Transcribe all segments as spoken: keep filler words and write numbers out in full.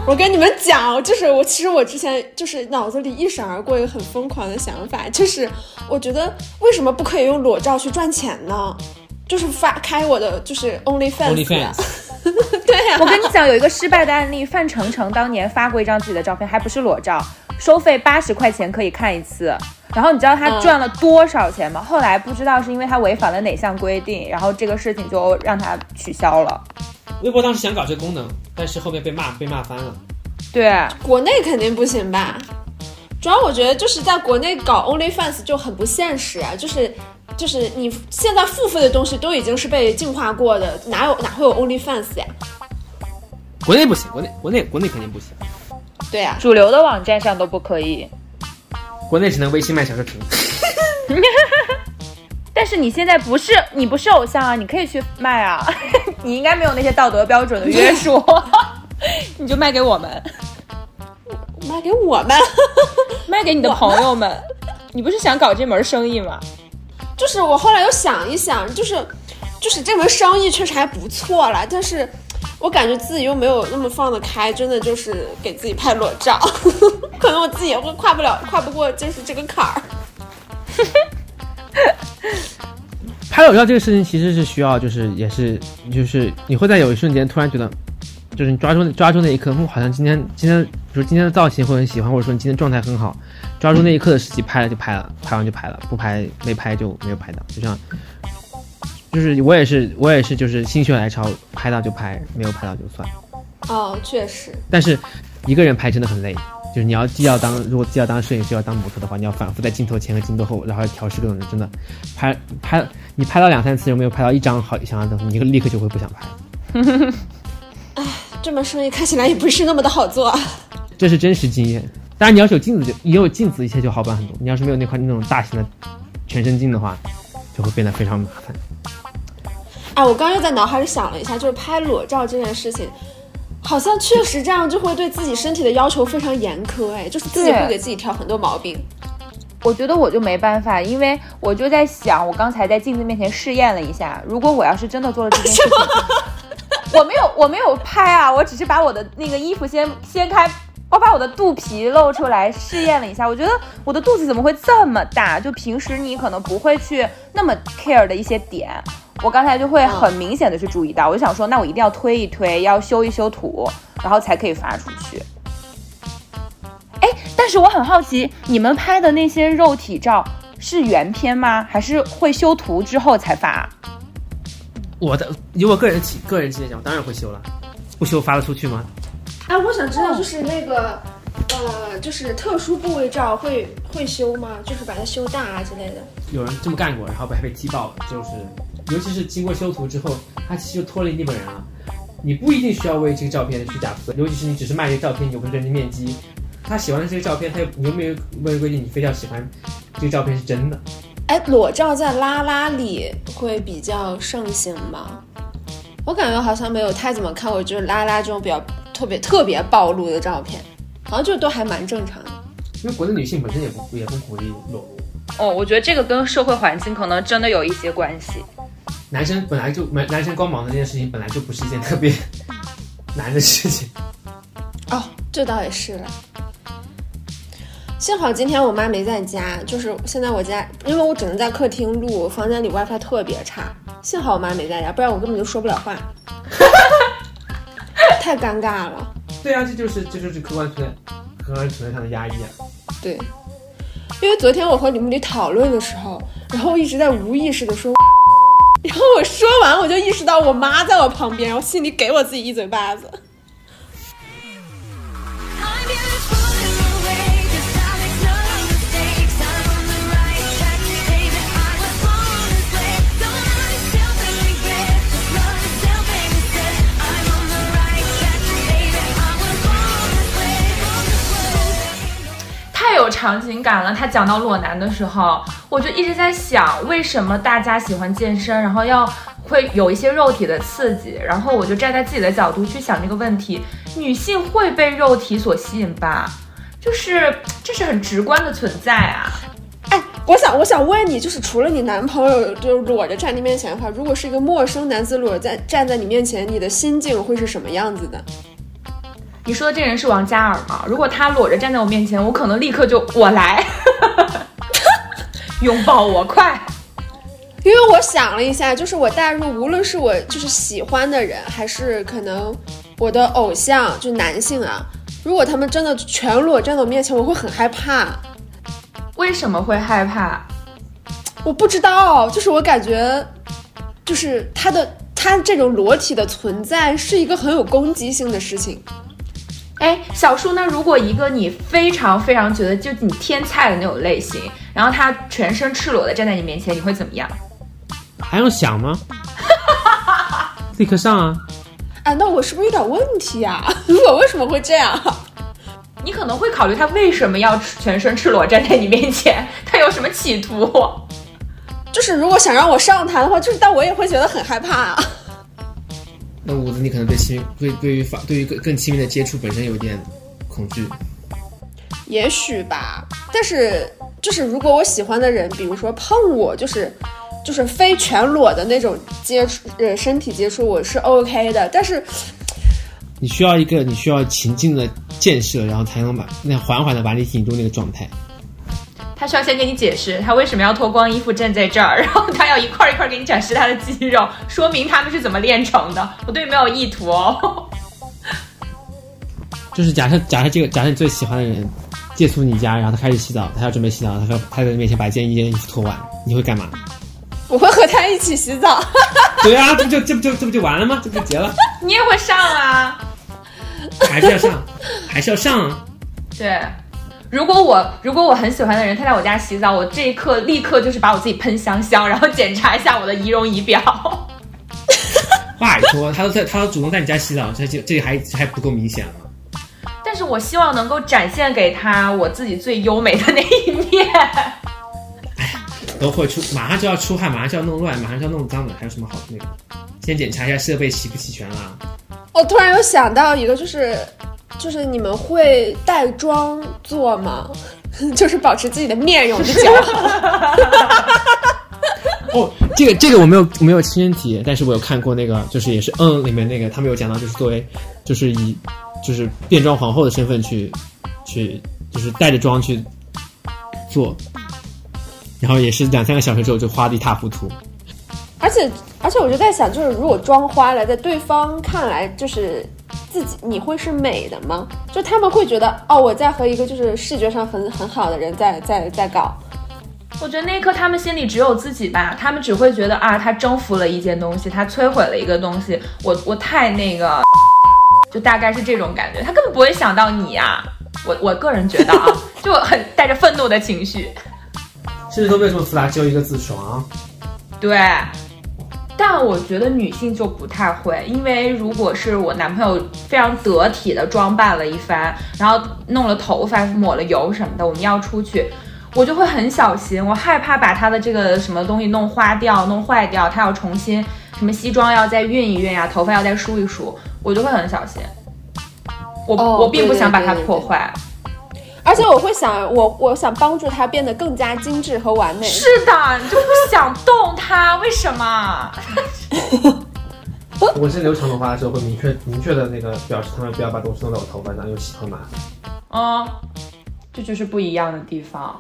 我跟你们讲，就是我其实我之前就是脑子里一闪而过一个很疯狂的想法，就是我觉得为什么不可以用裸照去赚钱呢？就是发开我的就是 OnlyFans， OnlyFans 对呀、啊， 我跟你讲，有一个失败的案例，范丞丞当年发过一张自己的照片，还不是裸照，收费八十块钱可以看一次。然后你知道他赚了多少钱吗？嗯、后来不知道是因为他违反了哪项规定，然后这个事情就让他取消了。 微博当时想搞这个功能，但是后面被骂被骂翻了。 对， 国内肯定不行吧？主要我觉得就是在国内搞 OnlyFans 就很不现实啊，就是就是你现在付费的东西都已经是被净化过的，哪有哪会有 OnlyFans 呀？ 国内不行，国内国内国内肯定不行。 对啊， 主流的网站上都不可以。 国内只能微信卖小视频。 但是你现在不是你不是偶像啊，你可以去卖啊，你应该没有那些道德标准的约束，你就卖给我们， 卖给我们， 卖给你的朋友们。你不是想搞这门生意吗？ 就是我后来又想一想，就是就是这门生意确实还不错啦，但是我感觉自己又没有那么放得开，真的就是给自己拍裸照，可能我自己也会跨不了跨不过就是这个坎儿。 拍裸照这个事情其实是需要，就是也是就是你会在有一瞬间突然觉得，就是你抓住抓住那一刻，我好像今天今天比如今天的造型会很喜欢，或者说你今天状态很好，抓住那一刻的时机拍了就拍了，拍完就拍了，不拍没拍就没有拍到，就像就是我也是我也是就是心血来潮，拍到就拍，没有拍到就算。 哦，确实。 但是一个人拍真的很累，就是你要既要当如果既要当摄影师要当模特的话，你要反复在镜头前和镜头后，然后要调试各种人，真的拍拍你拍到两三次，有没有拍到一张好想要的，你立刻就会不想拍。 唉，这门生意看起来也不是那么的好做。 这是真实经验。当然你要是有镜子就你有镜子一切就好办很多，你要是没有那块那种大型的全身镜的话，就会变得非常麻烦。 哎，我刚刚又在脑海里想了一下，就是拍裸照这件事情，好像确实这样就会对自己身体的要求非常严苛，哎，就是自己会给自己挑很多毛病。 我觉得我就没办法，因为我就在想，我刚才在镜子面前试验了一下，如果我要是真的做了这件事情，我没有我没有拍啊，我只是把我的那个衣服先掀开，我把我的肚皮露出来试验了一下，我觉得我的肚子怎么会这么大？就平时你可能不会去那么 care 的一些点，我刚才就会很明显的去注意到，我就想说，那我一定要推一推，要修一修图，然后才可以发出去。哎，但是我很好奇，你们拍的那些肉体照是原片吗？还是会修图之后才发？ 我的以我个人体个人经验讲，我当然会修了，不修发得出去吗？ 哎，我想知道，就是那个，呃，就是特殊部位照会会修吗？就是把它修大啊之类的。有人这么干过，然后还被踢爆了，就是尤其是经过修图之后，它其实就脱离你本人了。你不一定需要为这个照片去打分，尤其是你只是卖这个照片，你又不是人家面基。他喜欢的这个照片，他又你又没有为规定你非要喜欢这个照片是真的。 哎，裸照在拉拉里会比较盛行吗？我感觉好像没有太怎么看过，就是拉拉这种比较特别特别暴露的照片，好像就都还蛮正常的。 因为国内女性本身也不也不鼓励裸露。 哦，我觉得这个跟社会环境可能真的有一些关系。 男生本来就男生光膀子这件事情本来就不是一件特别难的事情。 哦，这倒也是了。幸好今天我妈没在家，就是现在我家，因为我只能在客厅录，房间里 WiFi 特别差。幸好我妈没在家，不然我根本就说不了话，太尴尬了。 对啊，这就是这就是客观存在、客观存在上的压抑啊。 对，因为昨天我和李木里讨论的时候，然后我一直在无意识的说，然后我说完我就意识到我妈在我旁边，然后心里给我自己一嘴巴子。 太有场景感了，他讲到裸男的时候，我就一直在想，为什么大家喜欢健身，然后要会有一些肉体的刺激，然后我就站在自己的角度去想这个问题，女性会被肉体所吸引吧？就是这是很直观的存在啊。 哎，我想我想问你，就是除了你男朋友就裸着站你面前的话，如果是一个陌生男子裸在站在你面前，你的心境会是什么样子的？ 你说的这人是王嘉尔吗？如果他裸着站在我面前，我可能立刻就我来拥抱我，快！ 因为我想了一下，就是我带入，无论是我就是喜欢的人，还是可能我的偶像，就男性啊，如果他们真的全裸站在我面前，我会很害怕。 为什么会害怕？ 我不知道，就是我感觉，就是他的他这种裸体的存在是一个很有攻击性的事情。 哎，小树，那如果一个你非常非常觉得就你天菜的那种类型，然后他全身赤裸的站在你面前，你会怎么样？ 还用想吗？立刻上啊！ 啊，那我是不是有点问题啊？我为什么会这样？ 你可能会考虑他为什么要全身赤裸站在你面前，他有什么企图？ 就是如果想让我上他的话，就是但我也会觉得很害怕啊。 那五子，你可能对亲对对于法对于更更亲密的接触本身有点恐惧。 也许吧，但是就是如果我喜欢的人，比如说碰我，就是就是非全裸的那种接触，呃，身体接触，我是 OK 的。但是你需要一个你需要情境的建设，然后才能把那缓缓的把你引入那个状态。 他需要先给你解释他为什么要脱光衣服站在这儿，然后他要一块一块给你展示他的肌肉，说明他们是怎么练成的。我对你没有意图哦。 就是假设假设这个假设你最喜欢的人借宿你家，然后他开始洗澡，他要准备洗澡，他说他在你面前把一件一件衣服脱完，你会干嘛？ 我会和他一起洗澡。 对啊，这不就这不就这不就完了吗？这不就结了？ 你也会上啊？ 还是要上，还是要上啊？ 对。如果我如果我很喜欢的人他在我家洗澡，我这一刻立刻就是把我自己喷香香，然后检查一下我的仪容仪表。 拜托，他都在他都主动在你家洗澡，这这这还还不够明显吗？ 但是我希望能够展现给他我自己最优美的那一面。 哎呀，都会出，马上就要出汗，马上就要弄乱，马上就要弄脏的，还有什么好那个？先检查一下设备齐不齐全啦。 我突然有想到一个，就是就是你们会带妆做吗？就是保持自己的面容的姣好。 哦，这个这个我没有没有亲身体验，但是我有看过那个，就是也是嗯里面那个他们有讲到，就是作为就是以就是变装皇后的身份去去就是带着妆去做，然后也是两三个小时之后就花的一塌糊涂。 而且而且我就在想，就是如果妆花了，在对方看来就是自己，你会是美的吗？就他们会觉得哦，我在和一个就是视觉上很很好的人在在在搞。 我觉得那一刻他们心里只有自己吧，他们只会觉得啊，他征服了一件东西，他摧毁了一个东西，我我太那个，就大概是这种感觉，他根本不会想到你啊。我我个人觉得啊，就很带着愤怒的情绪。 甚至都没有这么复杂，只有一个字爽。 对。但我觉得女性就不太会，因为如果是我男朋友非常得体的装扮了一番，然后弄了头发抹了油什么的，我们要出去，我就会很小心，我害怕把他的这个什么东西弄花掉弄坏掉，他要重新什么西装要再熨一熨呀，头发要再梳一梳，我就会很小心。我、哦、我并不想把它破坏。 而且我会想，我我想帮助他变得更加精致和完美。 是的，你就不想动他，为什么？ 我是留长头发的时候会明确明确的那个表示他们不要把东西弄到我头发上，又洗头麻烦。 哦，这就是不一样的地方。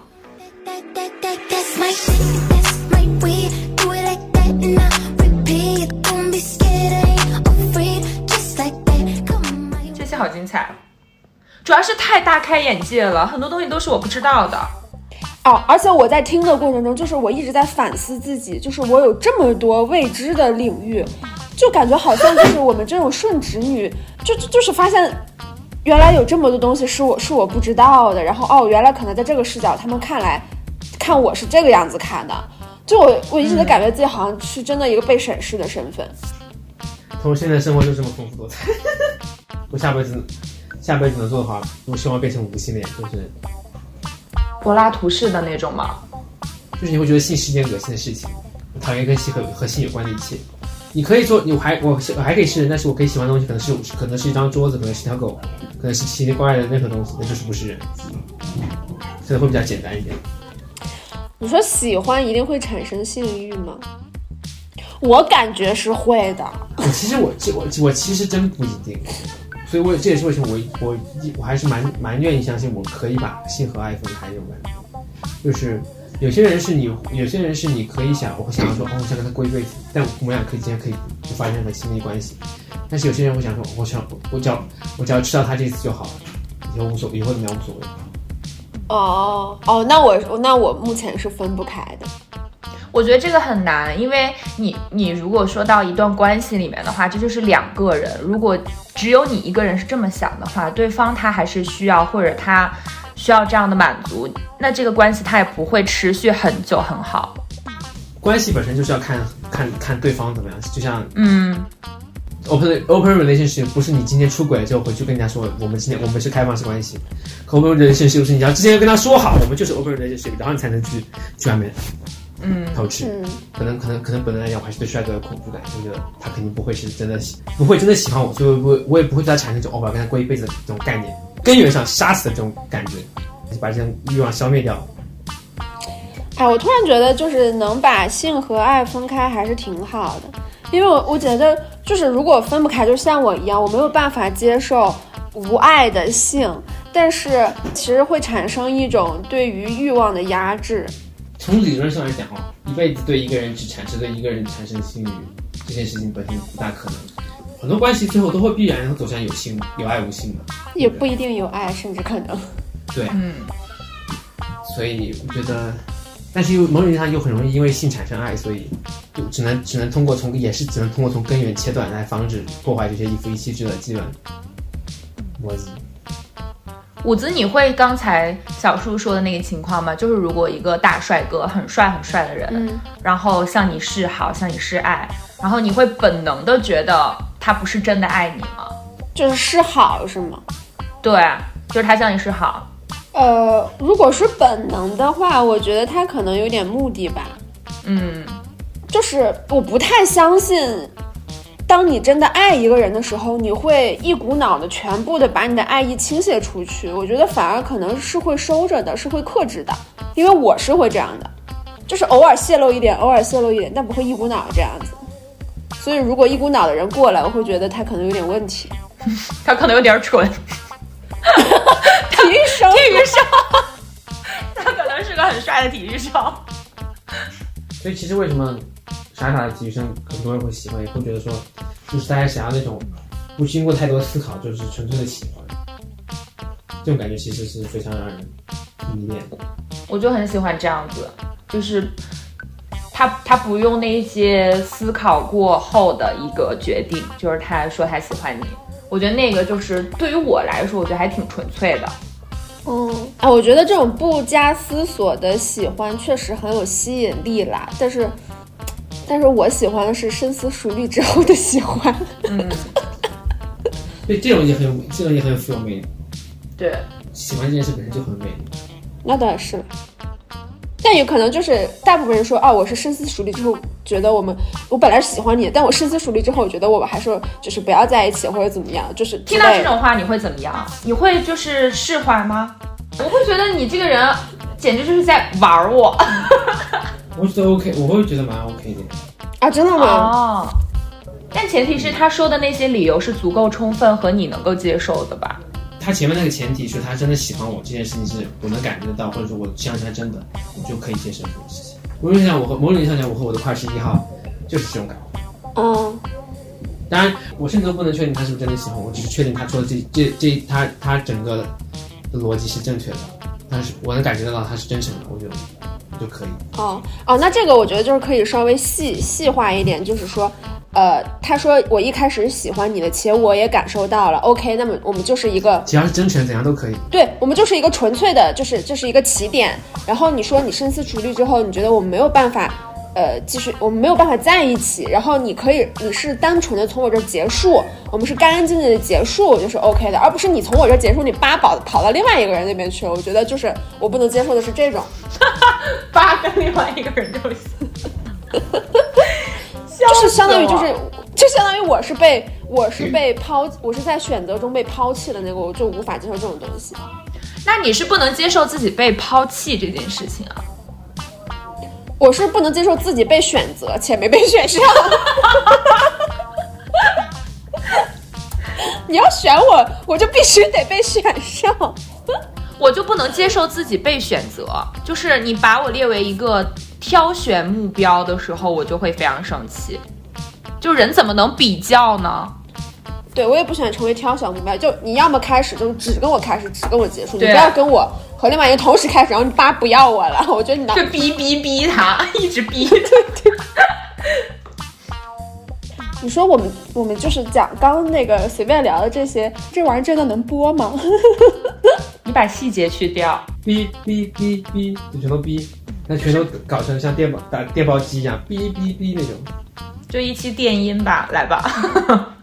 这些好精彩。主要是太大开眼界了，很多东西都是我不知道的。 哦，而且我在听的过程中，就是我一直在反思自己，就是我有这么多未知的领域，就感觉好像就是我们这种顺直女，就就就是发现原来有这么多东西是我是我不知道的，然后哦，原来可能在这个视角他们看来看我是这个样子看的，就我我一直在感觉自己好像是真的一个被审视的身份。 从现在生活就这么丰富多彩，我下辈子。下辈子能做的话，我希望变成无性恋，就是柏拉图式的那种吗？ 就是你会觉得性是一件恶心的事情，讨厌跟性和和性有关的一切。你可以做，你还我我还可以是，但是我可以喜欢的东西可能是可能是一张桌子，可能是条狗，可能是奇奇怪怪的任何东西，那就是不是人，所以会比较简单一点。 你说喜欢一定会产生性欲吗？我感觉是会的。 我其实我我我其实真不一定。 所以我这也是为什么我我我还是蛮蛮愿意相信我可以把性和爱分开这种感觉，就是有些人是你有些人是你可以想我会想要说哦我想跟他过一辈子，但我们俩可以今天可以不发生任何亲密关系，但是有些人会想说我想我只要我只要吃到他这一次就好了，以后无所以后怎么样无所谓。 哦哦，那我那我目前是分不开的。 我觉得这个很难，因为你你如果说到一段关系里面的话，这就是两个人，如果只有你一个人是这么想的话，对方他还是需要或者他需要这样的满足，那这个关系他也不会持续很久很好。 关系本身就是要看看看对方怎么样，就像嗯 open open relationship 不是你今天出轨了之后回去跟人家说我们今天我们是开放式关系， open relationship 是你要之前跟他说好我们就是 open relationship， 然后你才能去去外面嗯偷吃。 嗯， 可能可能可能本能来讲我还是对帅哥有恐惧感，就觉得他肯定不会是真的喜不会真的喜欢我，所以我不我也不会对他产生这种哦我要跟他过一辈子的这种概念，根源上杀死的这种感觉，把这种欲望消灭掉。 哎，我突然觉得就是能把性和爱分开还是挺好的，因为我我觉得就是如果分不开，就像我一样，我没有办法接受无爱的性，但是其实会产生一种对于欲望的压制。 从理论上来讲啊，一辈子对一个人只产生对一个人产生性欲这件事情本身不大可能，很多关系最后都会必然走向有性有爱无性的， 也不一定有爱，甚至可能对， 嗯， 所以我觉得，但是又某种意义上又很容易因为性产生爱，所以就只能只能通过从也是只能通过从根源切断来防止破坏这些一夫一妻制的基本逻辑。 伍兹，你会刚才小树说的那个情况吗？就是如果一个大帅哥很帅很帅的人， 嗯， 然后向你示好向你示爱，然后你会本能的觉得他不是真的爱你吗？ 就是示好是吗？ 对，就是他向你示好。 呃，如果是本能的话，我觉得他可能有点目的吧。 嗯， 就是我不太相信，当你真的爱一个人的时候，你会一股脑的全部的把你的爱意倾泻出去。我觉得反而可能是会收着的，是会克制的，因为我是会这样的，就是偶尔泄露一点，偶尔泄露一点，但不会一股脑这样子。所以如果一股脑的人过来，我会觉得他可能有点问题， 他可能有点蠢。 体育生， 体育生，他可能是个很帅的体育生。 所以其实为什么傻傻的体育生很多人会喜欢，也会觉得说，就是大家想要那种不经过太多思考，就是纯粹的喜欢，这种感觉其实是非常让人迷恋的。 我就很喜欢这样子，就是他他不用那些思考过后的一个决定，就是他说他喜欢你，我觉得那个就是对于我来说，我觉得还挺纯粹的。 嗯，哎，我觉得这种不加思索的喜欢确实很有吸引力啦，但是，但是我喜欢的是深思熟虑之后的喜欢。 嗯， 对，这种也很有，这种也很有富有魅力。 对， 喜欢这件事本身就很有魅力。 那倒也是，但有可能就是大部分人说，哦，我是深思熟虑之后觉得我们，我本来是喜欢你，但我深思熟虑之后，我觉得我们还是就是不要在一起或者怎么样，就是听到这种话你会怎么样？你会就是释怀吗？我会觉得你这个人简直就是在玩我。 我觉得 OK， 我会觉得蛮 OK 的。 啊，真的吗？ 哦，但前提是他说的那些理由是足够充分和你能够接受的吧？ 他前面那个前提是他真的喜欢我，这件事情是我能感觉得到，或者说我相信他真的，我就可以接受这件事情。某种意义上，我和某种意义上讲，我和我的快十一号就是这种感觉。 嗯， 当然，我甚至都不能确定他是不是真的喜欢我，只是确定他说的这这这他他整个的逻辑是正确的，但是我能感觉得到他是真诚的，我就我就可以。 哦哦，那这个我觉得就是可以稍微细细化一点，就是说。呃，他说我一开始是喜欢你的，且我也感受到了。OK， 那么我们就是一个， 只要是真诚，怎样都可以。 对，我们就是一个纯粹的，就是这、就是一个起点。然后你说你深思熟虑之后，你觉得我们没有办法，呃，继续，我们没有办法在一起。然后你可以，你是单纯的从我这儿结束，我们是干干净净的结束，就是 OK 的，而不是你从我这儿结束，你扒跑跑到另外一个人那边去了。我觉得就是我不能接受的是这种， 扒跟另外一个人就行。 就是相当于就是，就相当于我是被我是被抛，我是在选择中被抛弃的那个，我就无法接受这种东西。 那你是不能接受自己被抛弃这件事情啊？ 我是不能接受自己被选择且没被选上。 你要选我，我就必须得被选上。 我就不能接受自己被选择，就是你把我列为一个挑选目标的时候，我就会非常生气。就人怎么能比较呢？ 对，我也不喜欢成为挑选目标，就你要么开始就只跟我开始，只跟我结束，你不要跟我和另外一个同时开始，然后你爸不要我了，我觉得你就逼逼逼他，一直逼。 对对。你说我们我们就是讲刚刚那个随便聊的这些，这玩意儿真的能播吗？ 你把细节去掉， 哔哔哔哔，就全都哔，那全都搞成像电报打电报机一样，哔哔哔那种， 就一期电音吧，来吧。